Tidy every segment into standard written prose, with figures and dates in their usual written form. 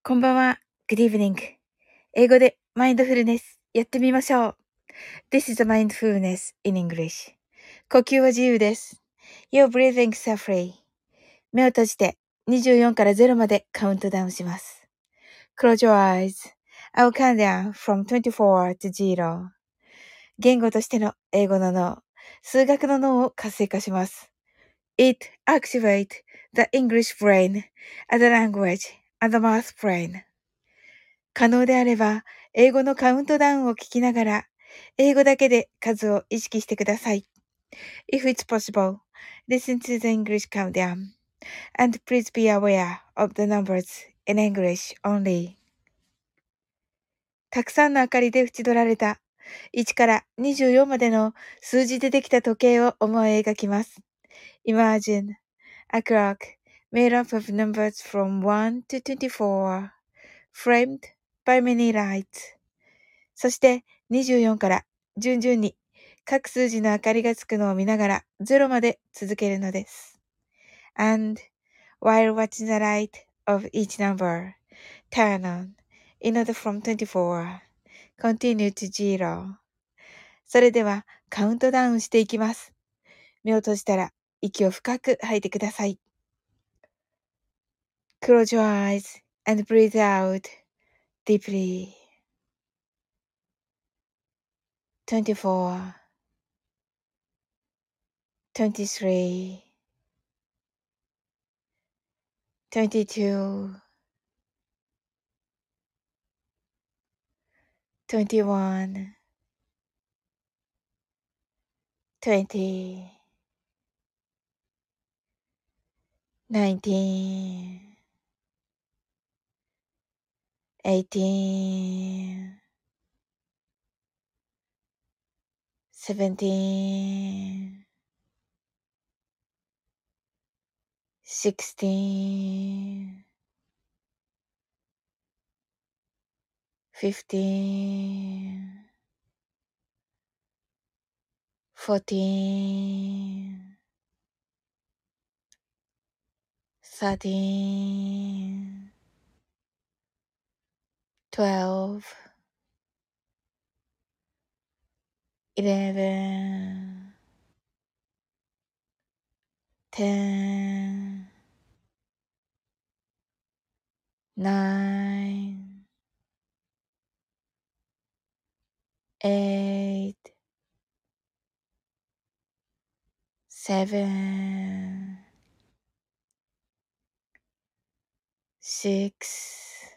こんばんは。Good evening. 英語でマインドフルネスやってみましょう。This is a mindfulness in English. 呼吸は自由です。Your breathing is free. 目を閉じて24から0までカウントダウンします。Close your eyes. I'll count down from 24 to 0. 言語としての英語の脳、数学の脳を活性化します。It activates the English brain as a language and the math brain. 可能であれば、英語のカウントダウンを聞きながら、英語だけで数を意識してください。If it's possible, listen to the English countdown, and please be aware of the numbers in English only. たくさんの明かりで縁取られた1から24までの数字でできた時計を思い描きます。Imagine a clock made up of numbers from 1 to 24, framed by many lights. そして24から順々に各数字の明かりがつくのを見ながら0まで続けるのです。And while watching the light of each number turn on in order from 24, continue to 0. それではカウントダウンしていきます。目を閉じたら息を深く吐いてください。Close your eyes and breathe out deeply. 24, 23, 22, 21, 20, 19, 18, 17, 16, 15, 14, 13, 12, 11, 10, 9, 8, 7, 6,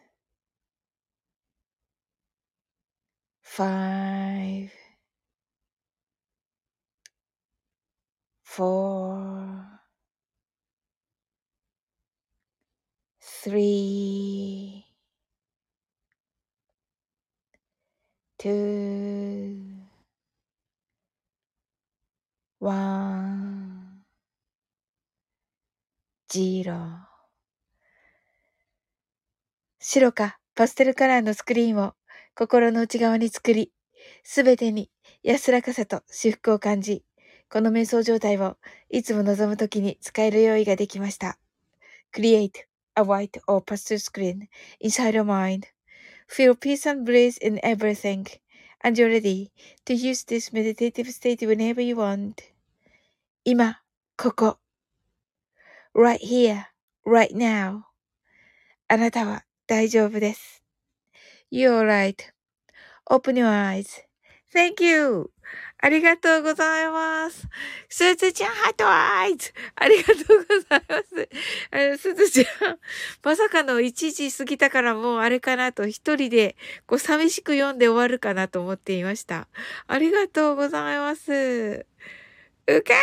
5, 4, 3, 2, 1, 0。白かパステルカラーのスクリーンを心の内側に作り、すべてに安らかさと至福を感じ、この瞑想状態をいつも望むときに使える用意ができました。Create a white or pastel screen inside your mind. Feel peace and bliss in everything, and you're ready to use this meditative state whenever you want. 今、ここ。right here, right now. あなたは大丈夫です。You're right.Open your eyes. Thank you. ありがとうございます。すずちゃん、ハートアイズ。ありがとうございます。すずちゃん、まさかの1時過ぎたからもうあれかなと一人でこう寂しく読んで終わるかなと思っていました。ありがとうございます。ウケる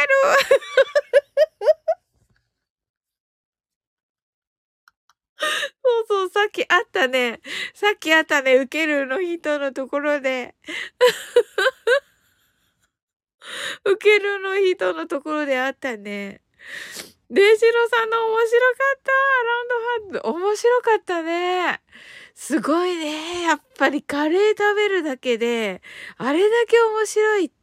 そうそう、さっきあったね。さっきあったね、ウケるの人のところで。ウケるの人のところであったね。デイジローさんの面白かった。ラウンドハード。面白かったね。すごいね。やっぱりカレー食べるだけで、あれだけ面白いって、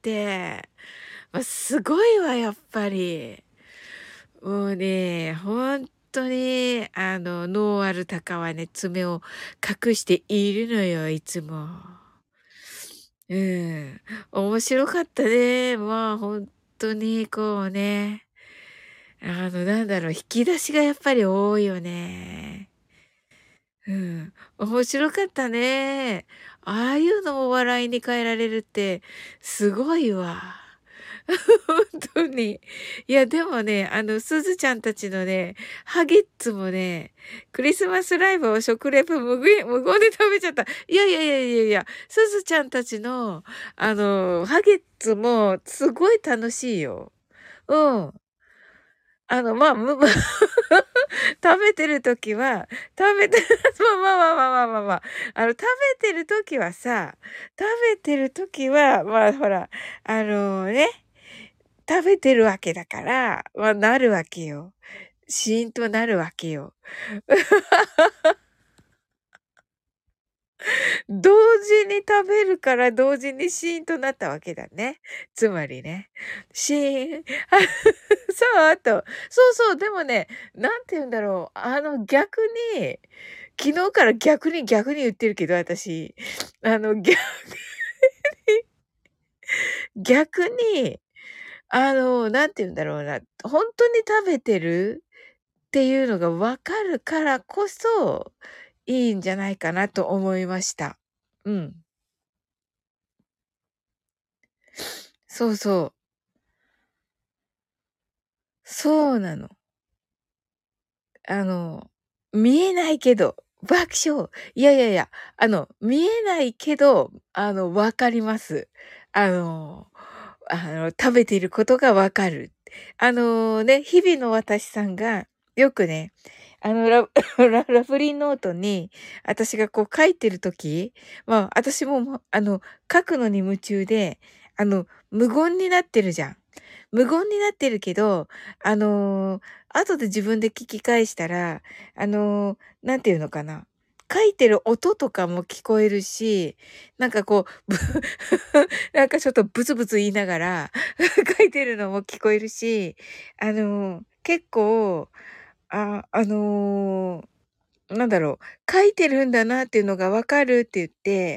すごいわ、やっぱり。もうね、ほん当に、ノーアルタカはね、爪を隠しているのよ、いつも。うん。面白かったね。まあ、本当に、こうね。なんだろう、引き出しがやっぱり多いよね。うん。面白かったね。ああいうのを笑いに変えられるって、すごいわ。本当に。いや、でもね、すずちゃんたちのね、ハゲッツもね、クリスマスライブを食レポ無言で食べちゃった。いやいやいやいやいや、すずちゃんたちの、ハゲッツもすごい楽しいよ。うん。まあ、食べてる時は、食べてまあ。食べてる時はさ、食べてる時は、まあ、ほら、ね、食べてるわけだから、まあ、なるわけよ。シーンとなるわけよ。同時に食べるから同時にシーンとなったわけだね。つまりね。シーン。そう、あと、そうそう、でもね、なんて言うんだろう。逆に、昨日から逆に言ってるけど、私。あの、逆逆に、なんて言うんだろうな。本当に食べてるっていうのが分かるからこそ、いいんじゃないかなと思いました。うん。そうそう。そうなの。あの、見えないけど、爆笑。いやいやいや、見えないけど、分かります。あの、食べていることが分かる。ね、日々の私さんが、よくね、ラブリーノートに、私がこう書いてるとき、まあ、私も、書くのに夢中で、無言になってるじゃん。無言になってるけど、あの、後で自分で聞き返したら、なんていうのかな。書いてる音とかも聞こえるし、なんかこう、なんかちょっとブツブツ言いながら書いてるのも聞こえるし、結構、なんだろう、書いてるんだなっていうのがわかるって言って、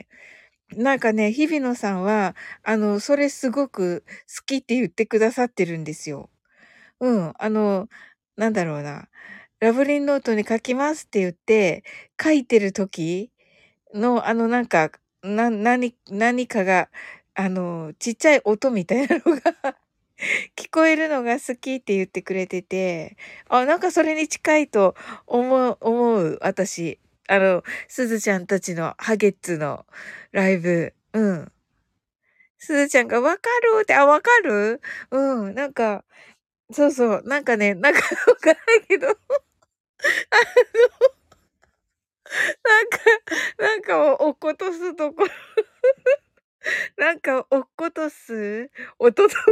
なんかね、日比野さんは、それすごく好きって言ってくださってるんですよ。うん、なんだろうな、ラブリンノートに書きますって言って、書いてる時の、なんか、何かが、ちっちゃい音みたいなのが聞こえるのが好きって言ってくれてて、あ、なんかそれに近いと思う、私。すずちゃんたちのハゲッツのライブ。うん。すずちゃんがわかるって、あ、わかるうん、なんか、そうそう、なんかね、なんかわからないけど、なんか落っことすところ、なんか落っことす音とか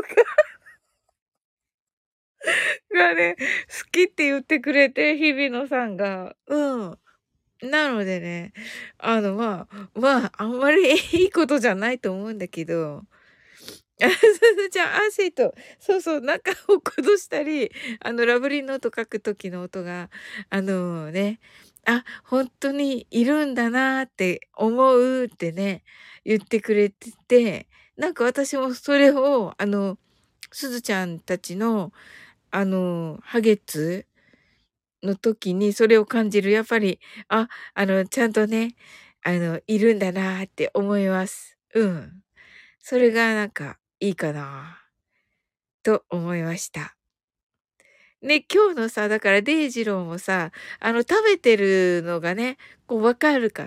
がね、好きって言ってくれて、日比野さんが。うん。なのでね、あんまりいいことじゃないと思うんだけど、すずちゃん、汗と、そうそう、中を崩したり、ラブリーノート書く時の音が、ね、あ、本当にいるんだなって思うってね、言ってくれてて、なんか私もそれを、すずちゃんたちの、ハゲツの時にそれを感じる。やっぱり、あ、ちゃんとね、いるんだなって思います。うん。それがなんかいいかなと思いました。ね、今日のさ、だからデイジローもさ、食べてるのがね、こう分かるから、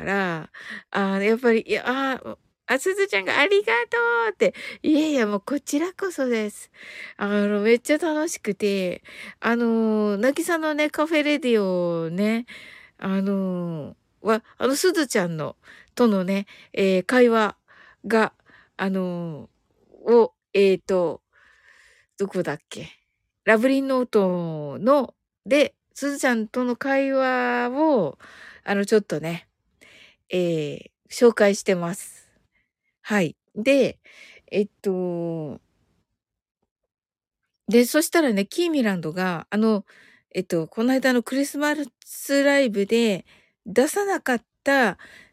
やっぱり、いや、すずちゃんがありがとうって、いやいや、もうこちらこそです。めっちゃ楽しくて、なぎさのね、カフェレディオをね、すずちゃんとのね、会話が、どこだっけラブリンノートすずちゃんとの会話を、ちょっとね、紹介してます。はい。で、えっと、で、そしたらね、キーミランドが、 この間のクリスマスライブで出さなかった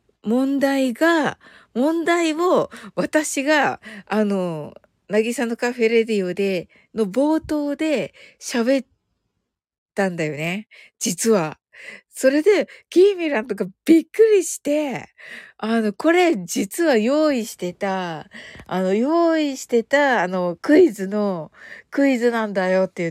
問題を私が、なぎさのカフェレディオの冒頭で喋ったんだよね。実は。それで、キーミランとかびっくりして、これ実は用意してた、クイズなんだよって言って、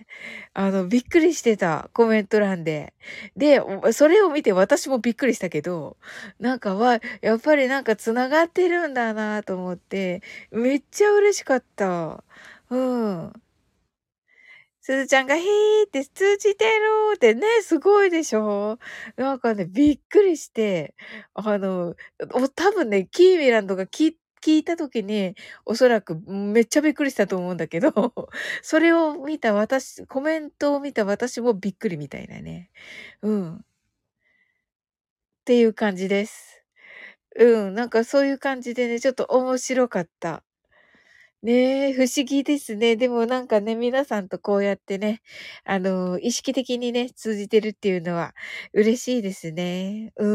びっくりしてた、コメント欄で。で、それを見て私もびっくりしたけど、やっぱりなんか繋がってるんだなと思って、めっちゃ嬉しかった。うん。すずちゃんが、って通じてるってね、すごいでしょ？なんかね、びっくりして、多分ね、キーミランドが聞いた時に、おそらく、めっちゃびっくりしたと思うんだけど、それを見たコメントを見た私もびっくりみたいなね。うん。っていう感じです。うん、なんかそういう感じでね、ちょっと面白かった。ねえ、不思議ですね。でもなんかね、皆さんとこうやってね、意識的にね、通じてるっていうのは嬉しいですね。うん。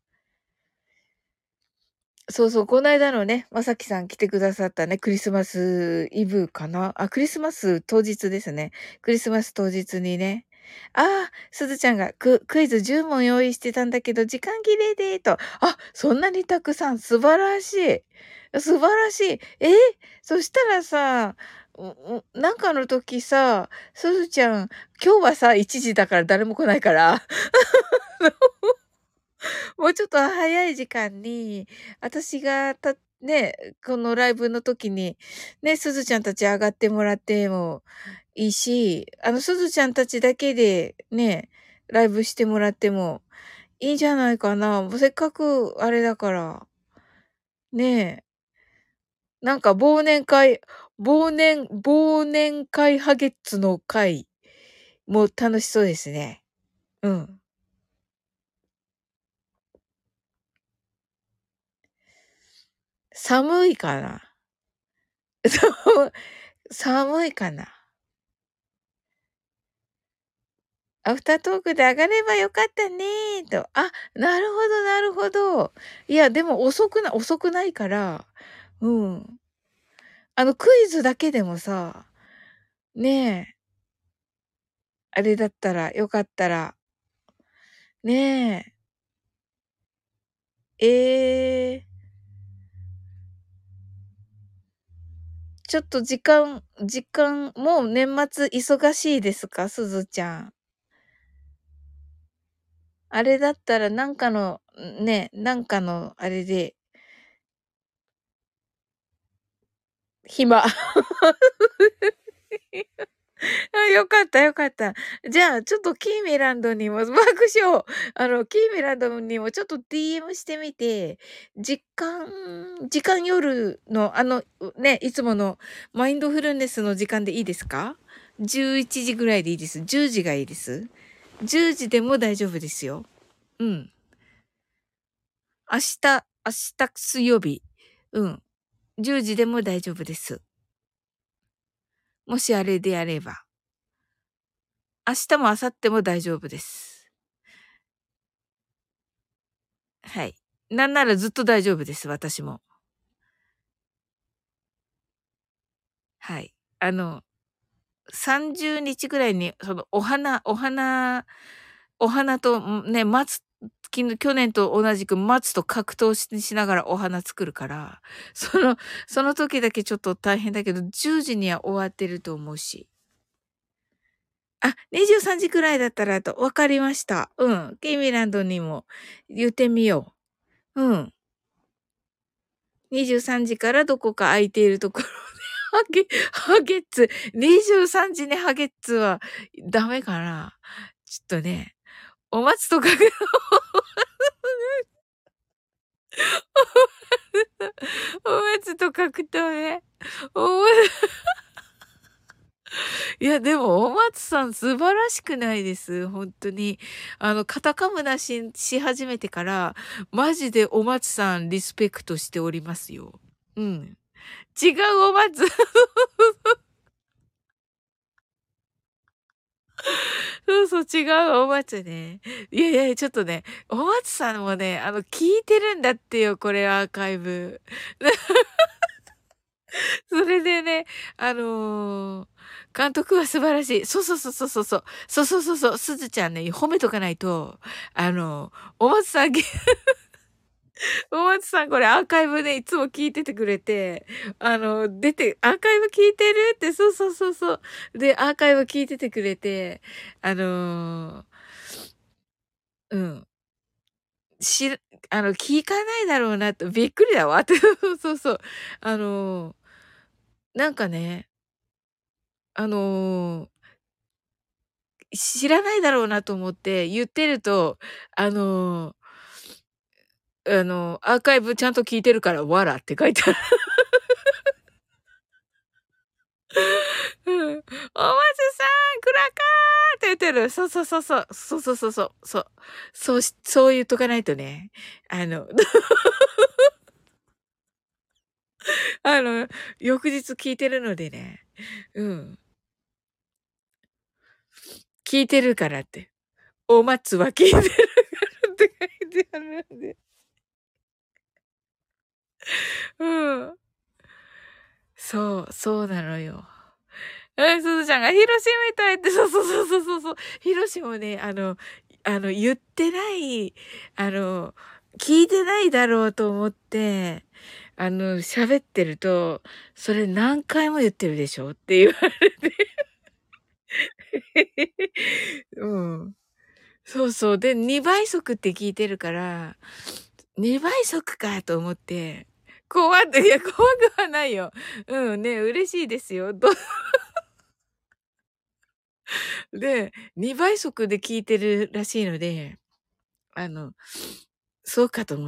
そうそう、こないだのね、まさきさん来てくださったね、クリスマスイブかなあ、クリスマス当日ですね。クリスマス当日にね。ああ、すずちゃんがクイズ10問用意してたんだけど、時間切れで、と。あ、そんなにたくさん、素晴らしい。素晴らしい。そしたらさ、なんかの時さ、すずちゃん、今日はさ、1時だから誰も来ないから、もうちょっと早い時間に、私がね、このライブの時に、ね、すずちゃんたち上がってもらってもいいし、すずちゃんたちだけでね、ライブしてもらってもいいんじゃないかな。もうせっかくあれだから。ねえ。なんか忘年会ハゲッツの会も楽しそうですね。うん。寒いかな。そう寒いかな。アフタートークで上がればよかったねと。あ、なるほどなるほど。いや、でも遅くないから、うん。クイズだけでもさ、ねえ、あれだったら、よかったら、ねえ、ちょっともう年末忙しいですか？すずちゃん。あれだったらなんかのあれで、暇。あ、よかったよかった。じゃあ、ちょっとキーミランドにもキーミランドにもちょっと DM してみて、時間夜のね、いつものマインドフルネスの時間でいいですか？11時ぐらいでいいです。10時がいいです。10時でも大丈夫ですよ。うん。明日水曜日。うん。10時でも大丈夫です。もしあれであれば。明日も明後日も大丈夫です。はい。なんならずっと大丈夫です、私も。はい。30日ぐらいに、お花と、ね、去年と同じく松と格闘しながらお花作るから、その時だけちょっと大変だけど、10時には終わってると思うし。あ、23時くらいだったらと、わかりました。うん。ケイミランドにも言ってみよう。うん。23時からどこか空いているところで、ハゲッツ、23時にハゲッツはダメかな。ちょっとね、お松とかお松と格闘ね。お松いや、でも、お松さん素晴らしくないです。本当に。カタカムナし始めてから、マジでお松さんリスペクトしておりますよ。うん。違うお松。 そうそう、違う、お松ね。いやいや、ちょっとね、お松さんもね、聞いてるんだってよ、これアーカイブ。それでね、監督は素晴らしい。そうそうそうそうそうそう。そうそうそうそう。すずちゃんね、褒めとかないと、お松さん、お松さんこれアーカイブでいつも聞いててくれて、アーカイブ聞いてるって、そうそうそうそう。で、アーカイブ聞いててくれて、あのうん。しら聞かないだろうなと、びっくりだわって。そうそうそう。あの、なんかね、あの、知らないだろうなと思って言ってると、あのアーカイブちゃんと聞いてるから、わらって書いてある。うん。お松さん、クラカーって言ってる。そうそうそうそう。そうそうそうそう。そう。そう言っとかないとね。あの、あの、翌日聞いてるのでね。うん。聞いてるからって。お松は聞いてるからって書いてあるんで。うん。そうなのよ。すずちゃんがヒロシみたいって、そうそうそうそうそうそう。ヒロシもね、言ってない、あの、聞いてないだろうと思って、喋ってると、それ何回も言ってるでしょって言われて。うん。そうそう。で、2倍速って聞いてるから、2倍速かと思って、いや、怖くはないよ。うんね、嬉しいですよ。で、2倍速で聞いてるらしいので、あの、そうかと思って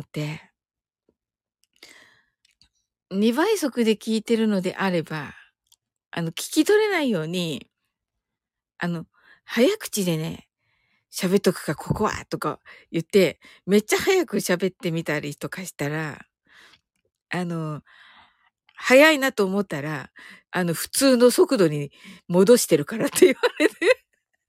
、2倍速で聞いてるのであれば、聞き取れないように、あの、早口でね、喋っとくか、ここはとか言って、めっちゃ早く喋ってみたりとかしたら、あの、早いなと思ったら、普通の速度に戻してるからって言われて、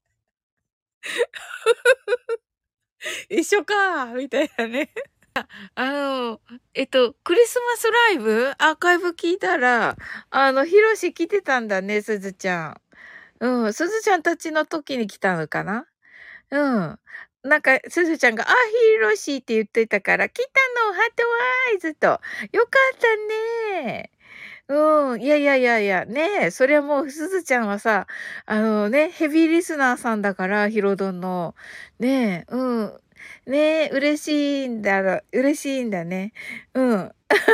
一緒かみたいなね。あの、クリスマスライブアーカイブ聞いたら、ヒロシ来てたんだね、すずちゃん。うん、すずちゃんたちの時に来たのかな。うん。なんか、すずちゃんが、あ、ヒロシって言ってたから、来たの、ハートワイズと。よかったね。うん。いやいやいやいや、ねえ、それはもうすずちゃんはさ、ヘビーリスナーさんだから、ヒロドンの。ねえ、うん。ねえ、嬉しいんだね。うん。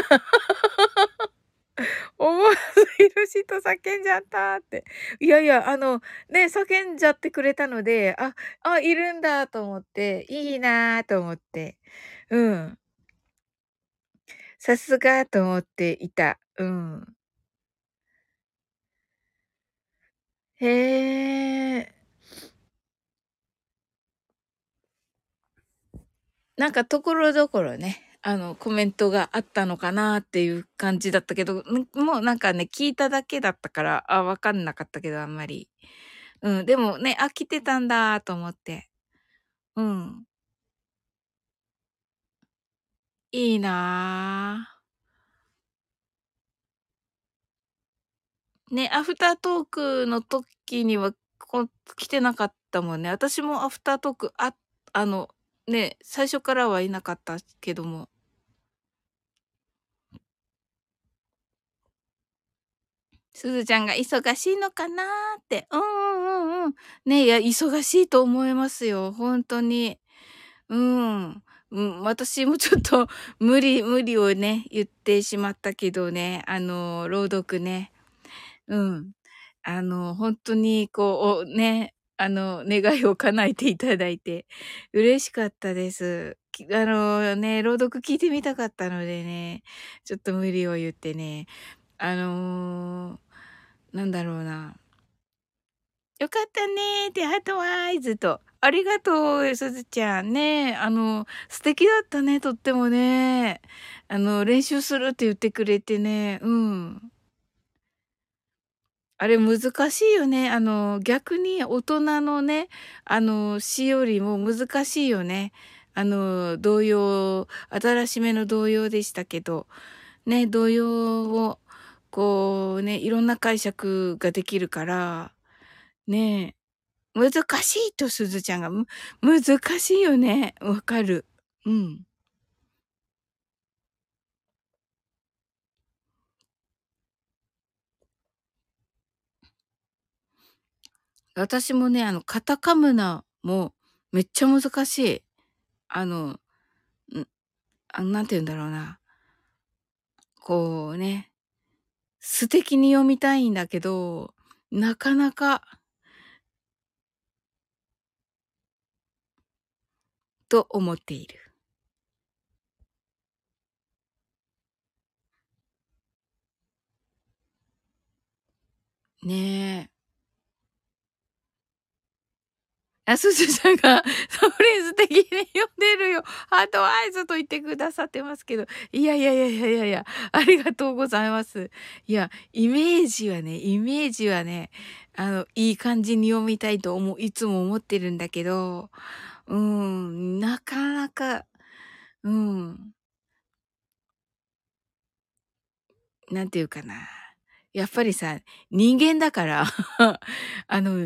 思わずヒロシと叫んじゃったって。いやいや、ね、叫んじゃってくれたので、いるんだと思って、いいなと思って。うん。さすがと思っていた。うん。へえ。なんか所々ね、コメントがあったのかなっていう感じだったけど、もうなんかね、聞いただけだったから、わかんなかったけど、あんまり。うん、でもね、来てたんだと思って。うん。いいなぁ。ね、アフタートークの時には、来てなかったもんね。私もアフタートーク、あの、ね、最初からはいなかったけども。すずちゃんが忙しいのかなーって。うんうんうんうん。ね、いや、忙しいと思いますよ。本当に。うん。うん、私もちょっと無理をね、言ってしまったけどね。朗読ね。うん。本当に、願いを叶えていただいて、嬉しかったです。朗読聞いてみたかったのでね、ちょっと無理を言ってね、あのなんだろうな。よかったねーってハートワイズと。ありがとう、すずちゃん。ね素敵だったね、とってもね。練習するって言ってくれてね。うん。 あれ難しいよね。逆に大人のね、詩よりも難しいよね。童謡、新しめの童謡でしたけど、ね、童謡を、こうね、いろんな解釈ができるから、ね難しいとすずちゃんが、難しいよね。わかる。うん。私もね、カタカムナもめっちゃ難しい。あの、ん、なんて言うんだろうな。こうね、素敵に読みたいんだけど、なかなかと思っている。ねえ。すずちゃんがフレーズ的に読んでるよ。アドバイスと言ってくださってますけど、いやいやいやいやいやいや、ありがとうございます。いや、イメージはね、いい感じに読みたいといつも思ってるんだけど、なかなか、うん、なんていうかな。やっぱりさ、人間だからあの、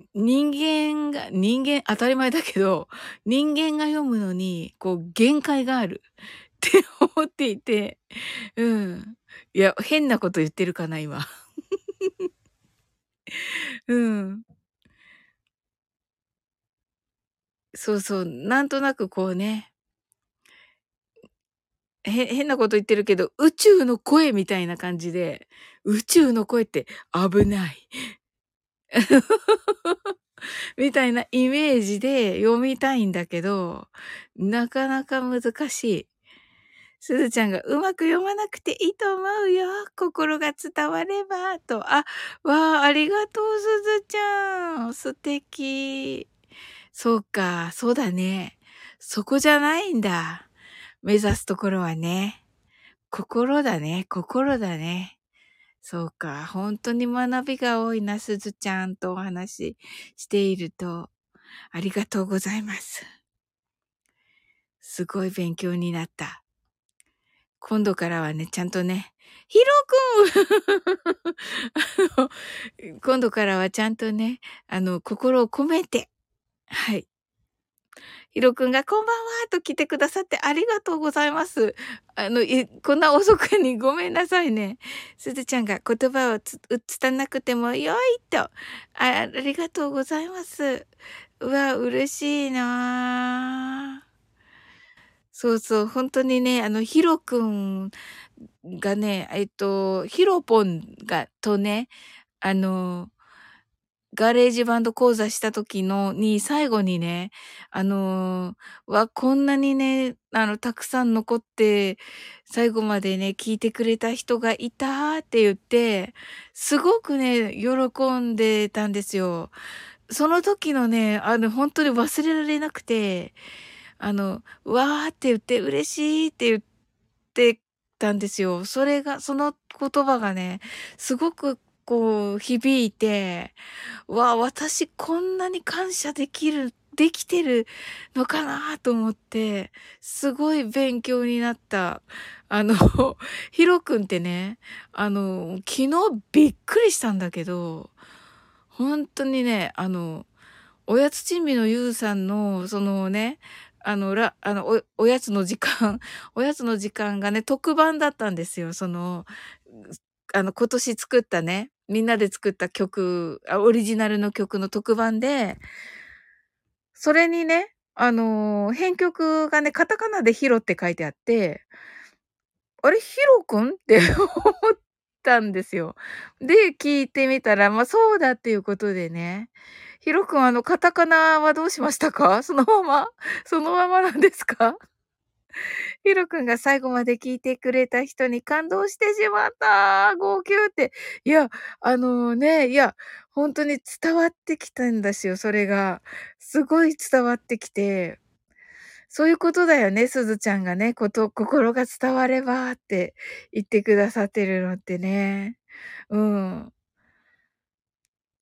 人間当たり前だけど、人間が読むのに、こう、限界があるって思っていて、うん。いや、変なこと言ってるかな、今。うん。そうそう、なんとなくこうね、変なこと言ってるけど、宇宙の声みたいな感じで、宇宙の声って危ない。みたいなイメージで読みたいんだけど、なかなか難しい。すずちゃんがうまく読まなくていいと思うよ。心が伝われば、と。わあ、ありがとう、すずちゃん。素敵。そうか、そうだね。そこじゃないんだ。目指すところはね。心だね、心だね。そうか、本当に学びが多いな、すずちゃんとお話ししていると。ありがとうございます。すごい勉強になった。今度からはね、ちゃんとね、ヒロくん今度からはちゃんとね、心を込めて、はい。ヒロくんがこんばんはと来てくださってありがとうございます。こんな遅くにごめんなさいね。すずちゃんが言葉を拙なくてもよいと。ありがとうございます。うわ、嬉しいなぁ。そうそう、本当にね、ヒロくんがね、ヒロポンとね、あの、ガレージバンド講座した時最後にね、こんなにね、たくさん残って、最後までね、聞いてくれた人がいたって言って、すごくね、喜んでたんですよ。その時のね、本当に忘れられなくて、わーって言って、嬉しいって言ってたんですよ。その言葉がね、すごくこう響いて、私こんなに感謝できてるのかなと思って、すごい勉強になった。ヒロくんってね、昨日びっくりしたんだけど、本当にね、おやつ珍味のゆうさんの、そのね、おやつの時間、おやつの時間がね、特番だったんですよ。今年作ったね、みんなで作ったオリジナルの曲の特番で、それにね、編曲がね、カタカナでヒロって書いてあって、あれ、ヒロくんって思ったんですよ。で、聞いてみたら、そうだっていうことでね。ヒロくん、カタカナはどうしましたか？そのままなんですか？ヒロくんが最後まで聞いてくれた人に感動してしまった。号泣って。いや、本当に伝わってきたんですよ、それが。すごい伝わってきて。そういうことだよね、すずちゃんがね、心が伝わればって言ってくださってるのってね。うん。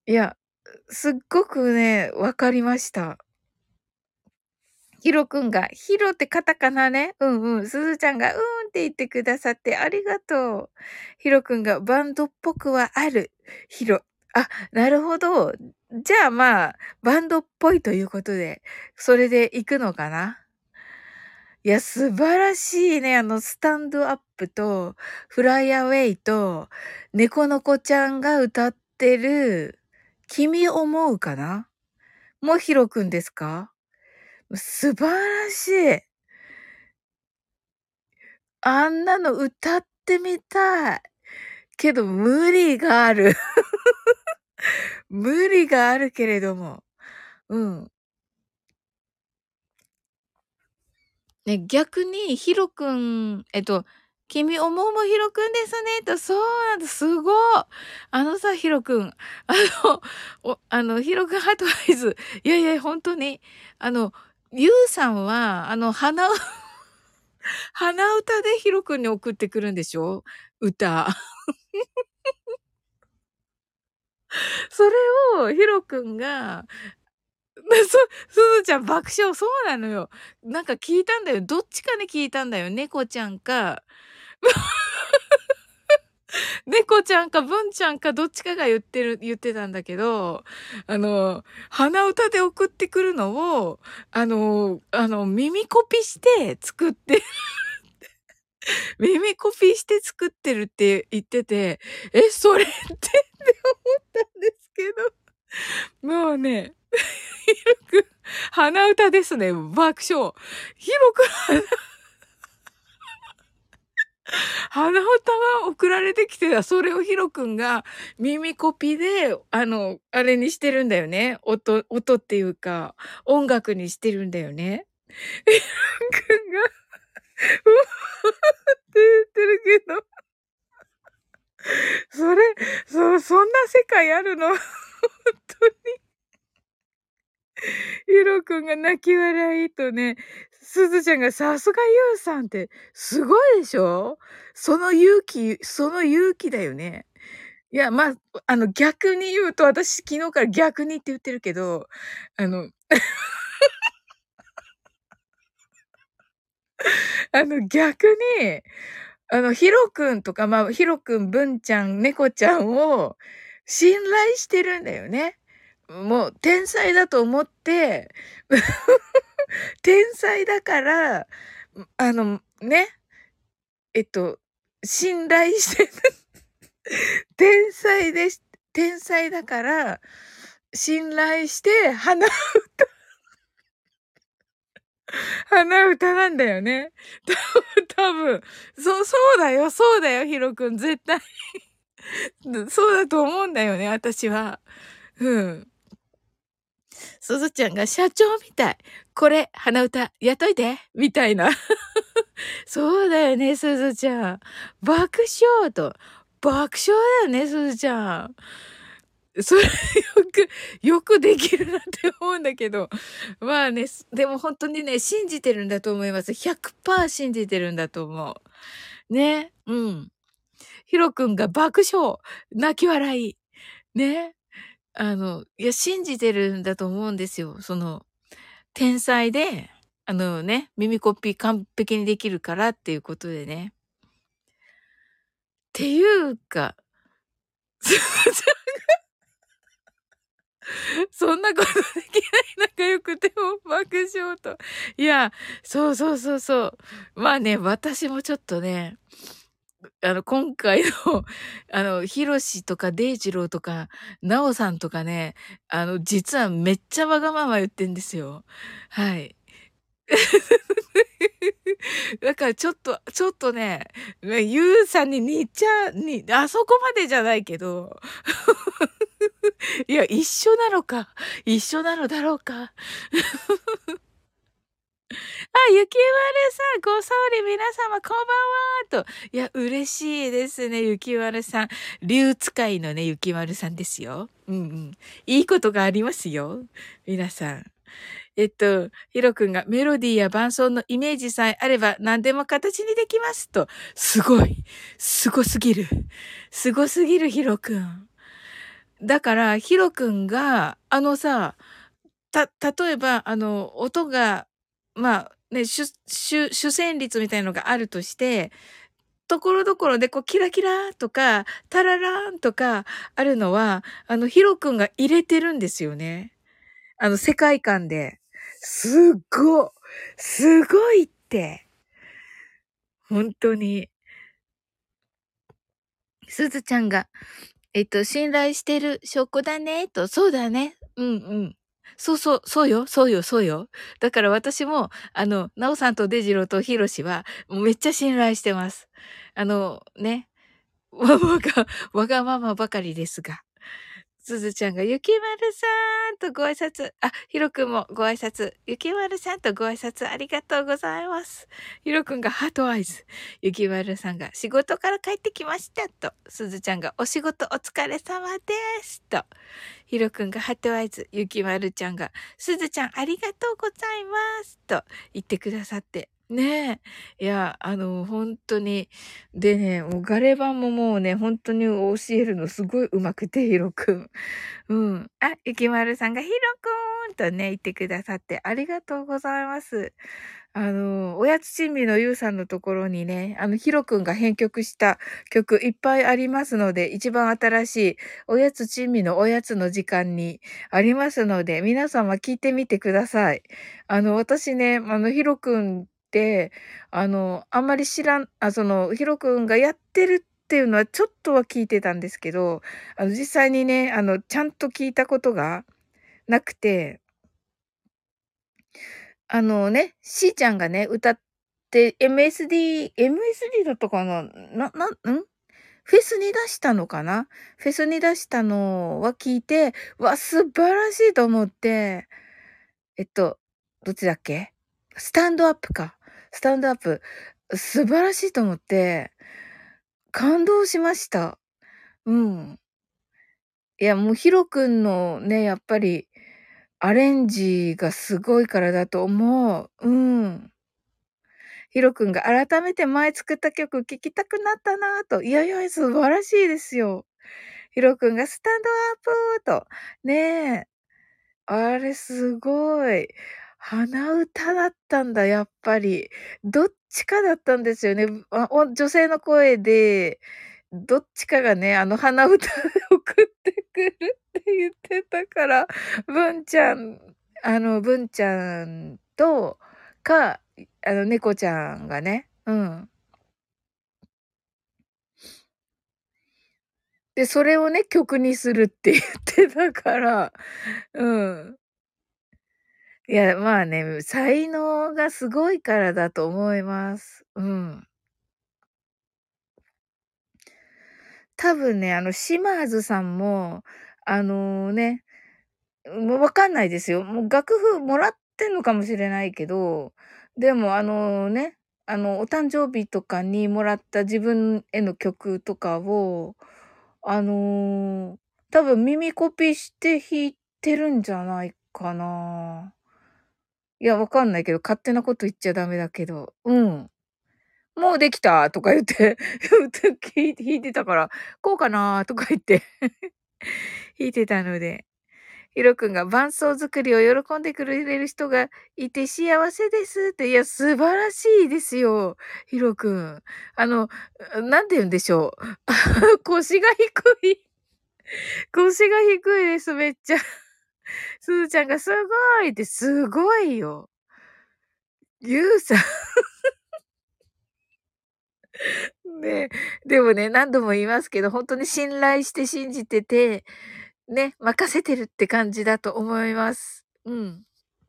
いや、すっごくね、わかりました。ヒロくんが、ヒロってカタカナね。うんうん。すずちゃんが、って言ってくださってありがとう。ヒロくんが、バンドっぽくはある。ヒロ。あ、なるほど。じゃあまあ、バンドっぽいということで、それで行くのかな。いや、素晴らしいね。スタンドアップと、フライアウェイと、猫の子ちゃんが歌ってる、君思うかなもうヒロくんですか？素晴らしい。あんなの歌ってみたい。けど無理がある。無理があるけれども。うん。ね、逆にヒロくん、君思うもヒロくんですね、と、そうなんだ、すごい。さ、ヒロくん、ヒロくんアドバイス、いやいや、ほんとに、ユウさんは、鼻歌でヒロくんに送ってくるんでしょ？歌。それをヒロくんが、すずちゃん爆笑、そうなのよ。なんか聞いたんだよ。どっちかに聞いたんだよ。猫ちゃんか、猫ちゃんか文ちゃんかどっちかが言ってたんだけど、鼻歌で送ってくるのを、耳コピして作って耳コピーして作ってるって言ってて、それって思ったんですけど、もうね、ひろくん、鼻歌ですね、爆笑。ひろくん、鼻歌が送られてきてた、それをひろくんが耳コピで、あれにしてるんだよね。音っていうか、音楽にしてるんだよね。ひろくんが、うわって言ってるけど、それ、そんな世界あるの？本当に。ヒロくんが泣き笑いとね、すずちゃんがさすがユウさんってすごいでしょ？その勇気だよね。いや、まあ、逆に言うと、私昨日から逆にって言ってるけど、あの逆に、ヒロくんとか、まあ、ヒロくん、ブンちゃん、猫ちゃんを信頼してるんだよね。もう天才だと思って、天才だから、ね、えっと、信頼して天才です。天才だから、信頼して、鼻歌なんだよね。多分。そうだよ、そうだよ、ヒロくん、絶対。そうだと思うんだよね、私は。うん。すずちゃんが社長みたい。これ、鼻歌、やっといて、みたいな。そうだよね、すずちゃん。爆笑と。爆笑だよね、すずちゃん。それよくできるなって思うんだけど。まあね、でも本当にね、信じてるんだと思います。100%信じてるんだと思う。ね。うん。ヒロくんが爆笑。泣き笑い。ね。いや、信じてるんだと思うんですよ。天才で、耳コピー完璧にできるからっていうことでね。っていうか、そんなことできない仲良くても爆笑と。いや、そうそうそうそう。まあね、私もちょっとね、今回の、ヒロシとかデイジローとか、ナオさんとかね、実はめっちゃわがまま言ってんですよ。はい。だからちょっとね、ユウさんにあそこまでじゃないけど、いや、一緒なのか、一緒なのだろうか。あ、ゆきまるさん、ご総理皆様、こんばんはと。いや、嬉しいですね、ゆきまるさん。竜使いのね、ゆきまるさんですよ。うんうん。いいことがありますよ。皆さん。ヒロ君がメロディーや伴奏のイメージさえあれば何でも形にできますと。すごい。すごすぎる。すごすぎるヒロ君。 だから、ヒロ君が、例えば、音が、まあ、ね、主旋律みたいのがあるとして、ところどころでこうキラキラとか、タララーンとかあるのは、ヒロ君が入れてるんですよね。世界観で。すっご、すごいって。本当に。すずちゃんが、信頼してる証拠だね、と、そうだね。うんうん。そうそう、そうよ、そうよ、そうよ。だから私も、なおさんとデジローとヒロシは、もうめっちゃ信頼してます。ね、わがままばかりですが。すずちゃんが、ゆきまるさんとご挨拶。あ、ひろくんもご挨拶。ゆきまるさんとご挨拶ありがとうございます。ひろくんがハートアイズ。ゆきまるさんが、仕事から帰ってきましたと。すずちゃんが、お仕事お疲れ様ですと。ひろくんがハートアイズ。ゆきまるちゃんが、すずちゃんありがとうございますと言ってくださって。ねえ。いや、本当に。でね、もうガレ版ももうね、本当に教えるのすごい上手くて、ひろくん。うん。あ、ゆきまるさんがひろくんとね、言ってくださってありがとうございます。おやつ珍味のゆうさんのところにね、ひろくんが編曲した曲いっぱいありますので、一番新しいおやつ珍味のおやつの時間にありますので、皆様聞いてみてください。私ね、ひろくんって、あんまりひろくんがやってるっていうのはちょっとは聞いてたんですけど、実際にね、ちゃんと聞いたことがなくて、しーちゃんがね、歌って、MSD だったかなフェスに出したのかなフェスに出したのは聞いて、素晴らしいと思って、えっと、どっちだっけスタンドアップか。スタンドアップ。素晴らしいと思って、感動しました。うん。いや、もうヒロくんのね、やっぱり、アレンジがすごいからだと思う。うん。ヒロくんが改めて前作った曲聴きたくなったなぁと。いやいや、素晴らしいですよ。ヒロくんがスタンドアップと。ねえ。あれすごい。鼻歌だったんだ、やっぱり。どっちかだったんですよね。女性の声で、どっちかがね、鼻歌で送ってくるって言ってたから、文ちゃんと、猫ちゃんがね、うん。で、それをね、曲にするって言ってたから、うん。いや、まあね、才能がすごいからだと思います。うん。多分ね、島津さんも、ね、もうわかんないですよ。もう楽譜もらってんのかもしれないけど、でもね、お誕生日とかにもらった自分への曲とかを、あの、多分耳コピーして弾いてるんじゃないかな。いや、わかんないけど、勝手なこと言っちゃダメだけど、うん。もうできたとか言って、弾いてたから、こうかなとか言って弾いてたので。ヒロ君が伴奏作りを喜んでくれる人がいて幸せですって。いや、素晴らしいですよ。ヒロ君。なんて言うんでしょう。腰が低い。腰が低いです、めっちゃ。すずちゃんがすごいって、すごいよ。ゆうさんね。でもね、何度も言いますけど、本当に信頼して信じてて、ね、任せてるって感じだと思います。うん。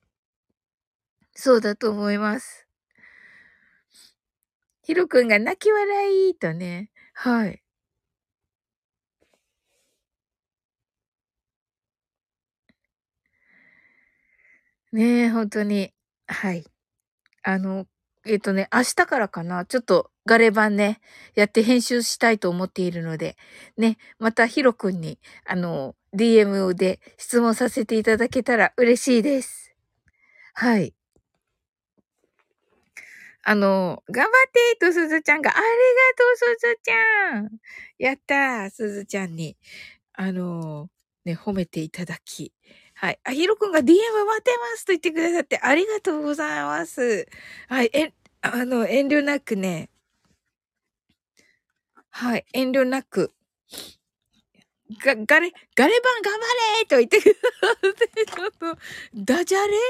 そうだと思います。ヒロ君が泣き笑いとね。はい。ねえ、ほんとに。はい。あの、明日からかな、ちょっとガレ版ね、やって編集したいと思っているので、ね、またヒロ君に、DM で質問させていただけたら嬉しいです。はい。頑張ってとすずちゃんが、ありがとうすずちゃん。やったー、すずちゃんに。 ね、褒めていただき。はい。あ、ひろくんが DM 待ってますと言ってくださってありがとうございます。はい。遠慮なくね。はい。遠慮なく。ガレバン頑張れと言ってくださって、ちょっと、ダジャレ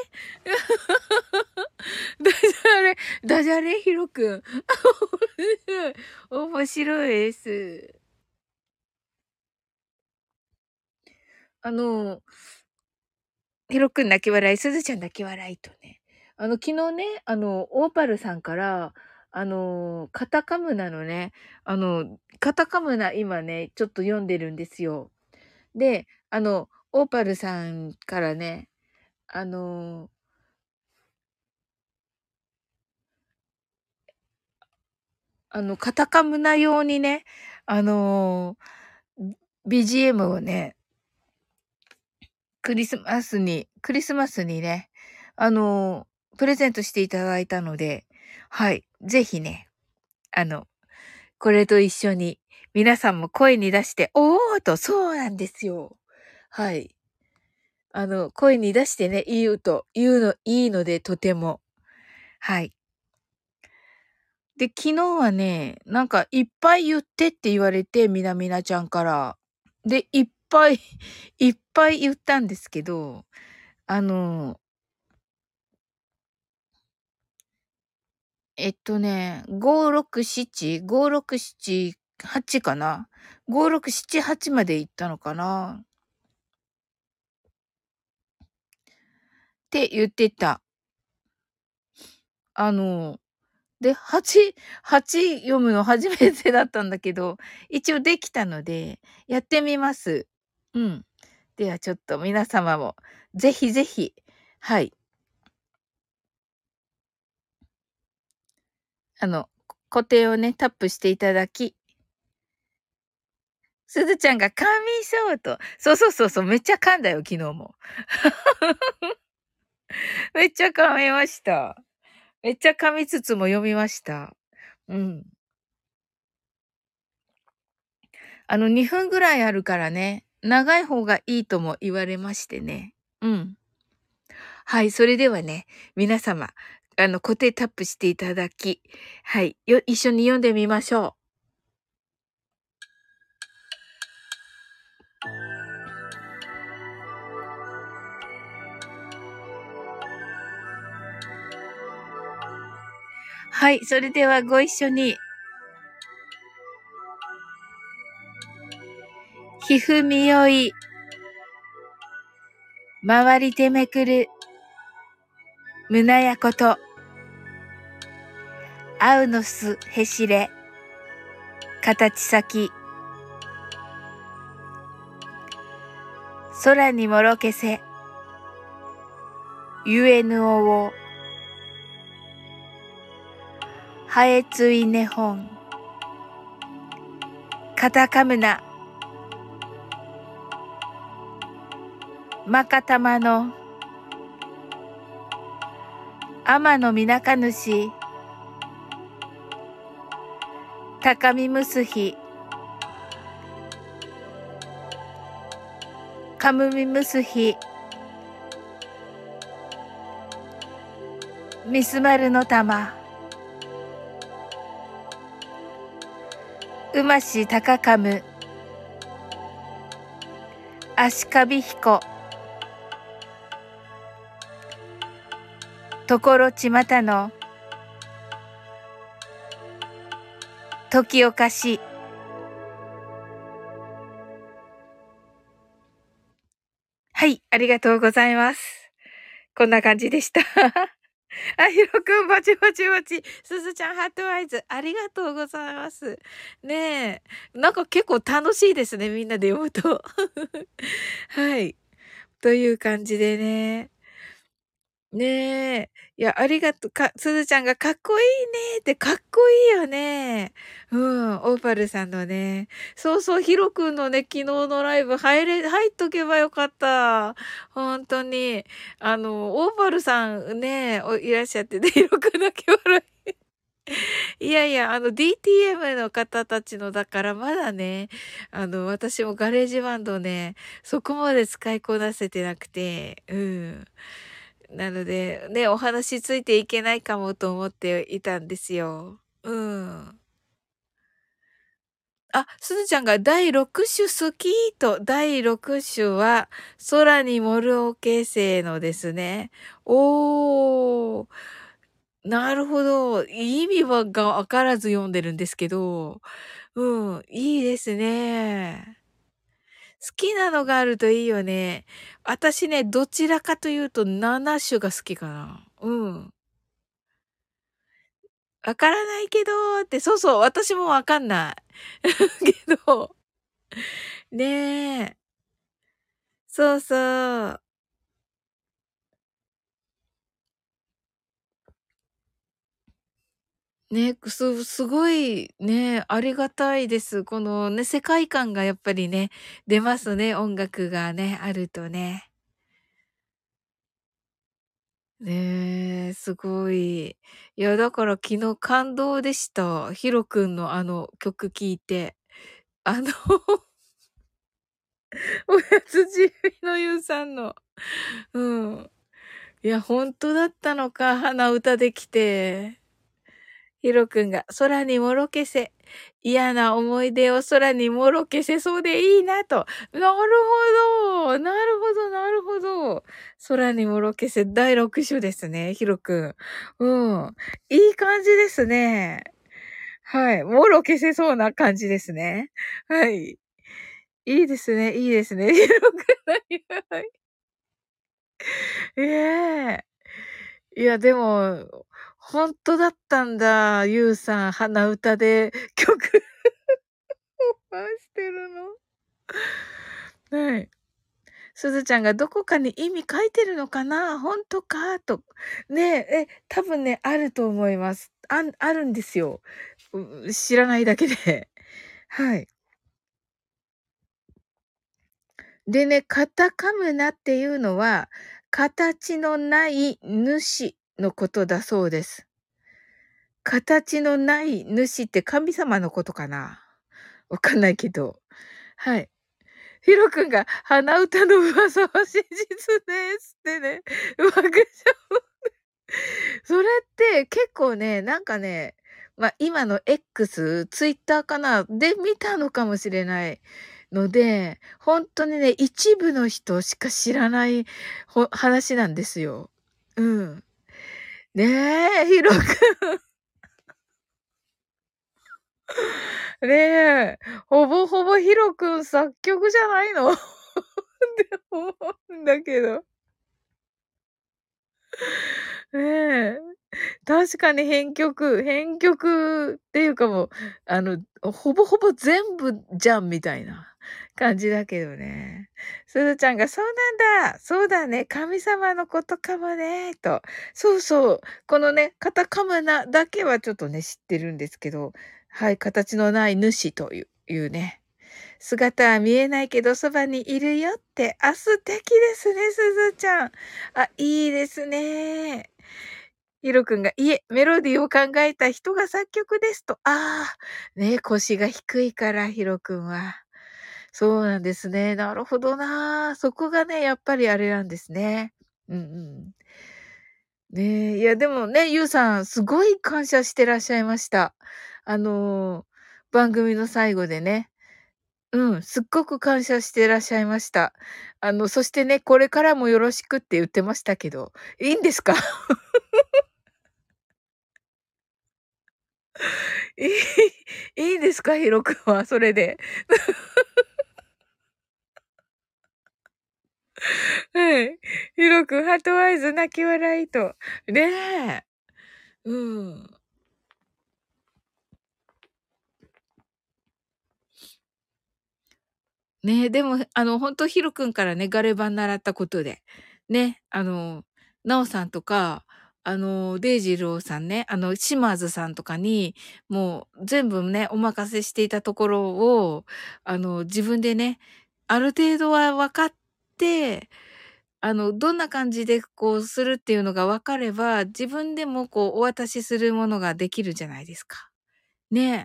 ダジャレダジャレひろくん。面白いです。あの、ひろくん泣き笑い、すずちゃん泣き笑いとね。昨日ね、オーパルさんから、カタカムナのね、カタカムナ今ね、ちょっと読んでるんですよ。で、オーパルさんからね、あの、カタカムナ用にね、あの、BGM をね、クリスマスにね、プレゼントしていただいたので、はい。ぜひね、あの、これと一緒に皆さんも声に出して、おーと、そうなんですよ。はい。声に出してね、言うの、いいので、とても。はい。で、昨日はね、なんか、いっぱい言ってって言われて、みなみなちゃんから。で、いっぱい言ったんですけど、あの、567、8かな？ 567、8まで行ったのかなって言ってた。あの、で、8読むの初めてだったんだけど、一応できたので、やってみます。うん。ではちょっと皆様も、ぜひぜひ、はい、固定をね、タップしていただき、すずちゃんが噛みそうと。そうそうそうそう、めっちゃ噛んだよ、昨日も。めっちゃ噛みました。めっちゃ噛みつつも読みました。うん。2分ぐらいあるからね、長い方がいいとも言われましてね。うん。はい、それではね、皆様、固定タップしていただき、はい、一緒に読んでみましょう。はい、それではご一緒に。ひふみよい、回りてめくる、胸やこと、あうのすへしれ、形先、空にもろけせ、ゆえぬおを、はえついねほん、カタカムナ、まかたまの、天のみなかぬし、高みむすひ、かむみむすひ、みすまるのたま、うましたかかむ、あしかびひこ、ところちまたの、時おかし。はい、ありがとうございます。こんな感じでした。あ、ひろくん、バチバチバチ。すずちゃん、ハートアイズ、ありがとうございます。ねえ。なんか結構楽しいですね、みんなで読むと。はい。という感じでね。ねえ。いや、ありがとう。すずちゃんがかっこいいねって、かっこいいよね。うん、オーパルさんのね。そうそう、ヒロくんのね、昨日のライブ入っとけばよかった。本当に。オーパルさんね、いらっしゃってね、ヒロくんだけ笑い。 いやいや、DTM の方たちのだからまだね、私もガレージバンドね、そこまで使いこなせてなくて、うん。なので、ね、お話ついていけないかもと思っていたんですよ。うん。あ、すずちゃんが第6種好きと、第6種は空にモルオケ星のですね。おー、なるほど。意味がわからず読んでるんですけど、うん、いいですね。好きなのがあるといいよね。私ね、どちらかというと7種が好きかな。うん。わからないけどって、そうそう、私もわかんない。けど、ねえ。そうそう。ね、すごいね、ありがたいです。このね、世界観がやっぱりね、出ますね、音楽がね、あるとね。ねえ、すごい。いや、だから昨日感動でした。ヒロくんの曲聴いて。あのおやつじみのゆうさんの。うん。いや、ほんとだったのか、鼻歌できて。ヒロくんが空にもろけせ。嫌な思い出を空にもろけせそうでいいなと。なるほど。なるほど、なるほど。空にもろけせ第6種ですね、ヒロくん。うん。いい感じですね。はい。もろ消せそうな感じですね。はい。いいですね、いいですね。ヒロくんのはい。ええ。いや、でも、ほんとだったんだ、ゆうさん、鼻歌で曲回してるの。はい。すずちゃんがどこかに意味書いてるのかなほんとかと。ねえ、多分ね、あると思います。あるんですよ。知らないだけで。はい。でね、カタカムナっていうのは、形のない主のことだそうです。形のない主って神様のことかな？わかんないけど。はい。ヒロ君が鼻歌の噂は真実ですってね。爆笑。それって結構ね、なんかね、今の X、ツイッターかな、で見たのかもしれないので、ほんとにね、一部の人しか知らない話なんですよ。うん。ねえ、ヒロ君。ねえ、ほぼほぼヒロ君作曲じゃないの？って思うんだけど。ねえ。確かに編曲っていうかもう、ほぼほぼ全部じゃんみたいな感じだけどね。すずちゃんが「そうなんだ。そうだね。神様のことかもね」と。そうそう。このね、カタカムナだけはちょっとね、知ってるんですけど、はい、形のない主というね。姿は見えないけどそばにいるよって。あ、素敵ですね、すずちゃん。あ、いいですね。ヒロ君が、いえ、メロディーを考えた人が作曲ですと。ああ、ね、腰が低いから、ヒロ君は。そうなんですね。なるほどな。そこがね、やっぱりあれなんですね。うんうん。ねえ、いやでもね、ゆうさん、すごい感謝してらっしゃいました。あの、番組の最後でね。うん、すっごく感謝してらっしゃいました。そしてね、これからもよろしくって言ってましたけど、いいんですか？いいいいんですか？ヒロ君はそれで。はい。ヒロ君、ハートワイズ泣き笑いと。ねえ。うん。ね、でも、ほんとヒロ君からね、ガレ版習ったことで、ね、ナオさんとか、デイジローさんね、島津さんとかに、もう全部ね、お任せしていたところを、自分でね、ある程度は分かって、どんな感じでこうするっていうのが分かれば、自分でもこうお渡しするものができるじゃないですか。 ね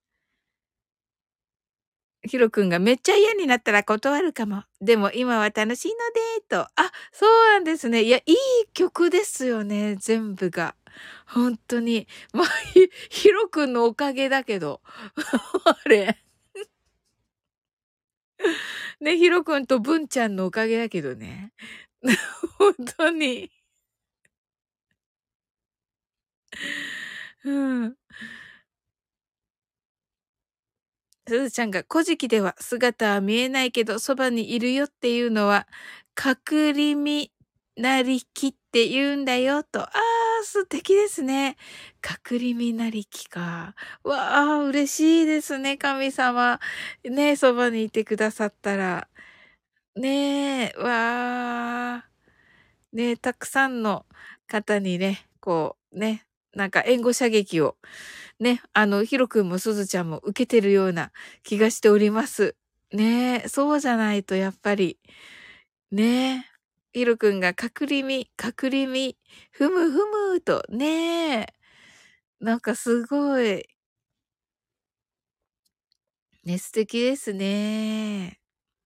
え。ヒロ君がめっちゃ嫌になったら断るかも。でも今は楽しいので、と。あ、そうなんですね。いや、いい曲ですよね、全部が。ほんとに。まあ、ヒロ君のおかげだけど。あれ。ね、ヒロ君と文ちゃんのおかげだけどね。ほんとに。うん。すずちゃんが、古事記では姿は見えないけど、そばにいるよっていうのは、隠りみなりきって言うんだよと。ああ、素敵ですね。隠りみなりきか。わあ、嬉しいですね、神様。ね、そばにいてくださったら。ねえ、わあ。ね、たくさんの方にね、こう、ね、なんか援護射撃をね、ヒロ君もすずちゃんも受けてるような気がしております。ねえ、そうじゃないとやっぱり、ねえ、ヒロ君が隠りみ、ふむふむと、ねえ、なんかすごい、ね、素敵ですね。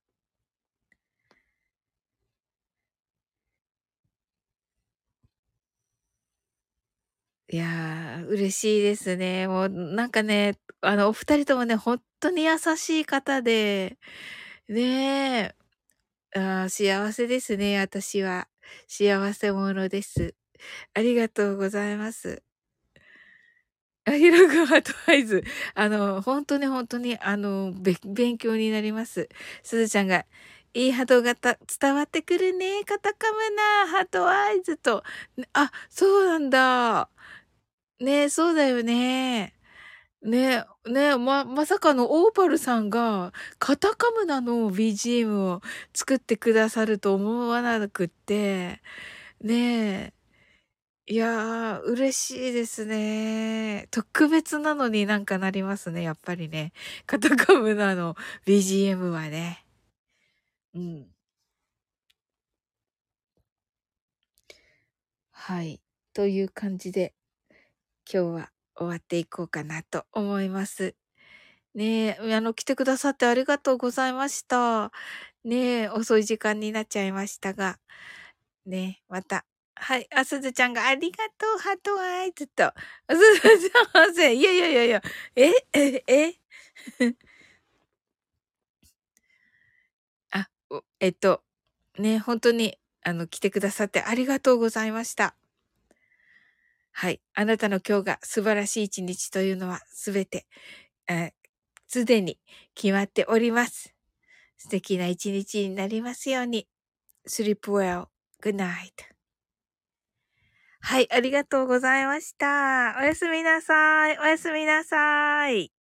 いやー、嬉しいですね。もうなんかね、お二人ともね、ほんとに優しい方で、ねえ、ああ、幸せですね、私は。幸せ者です。ありがとうございます。あ、ひろくアドバイス。ほんとにほんとに、勉強になります。すずちゃんが、いい波動が伝わってくるね。カタカムナ、ハートアイズと。あ、そうなんだ。ね、そうだよね。ね、ね、まさかのオーパルさんが、カタカムナの BGM を作ってくださると思わなくって、ねえ。いやー、嬉しいですね。特別なのになんかなりますね、やっぱりね。カタカムナの BGM はね。うん。はい。という感じで、今日は終わっていこうかなと思います。ねえ、来てくださってありがとうございました。ねえ、遅い時間になっちゃいましたが、ねえ、また。はい、あ、すずちゃんがありがとう、ハートアイズと。すずちゃん、いやいやいやいや、あ、ね、ほんとに、来てくださってありがとうございました。はい。あなたの今日が素晴らしい一日というのはすべて、すでに決まっております。素敵な一日になりますように。sleep well. Good night. はい、ありがとうございました。おやすみなさい。おやすみなさい。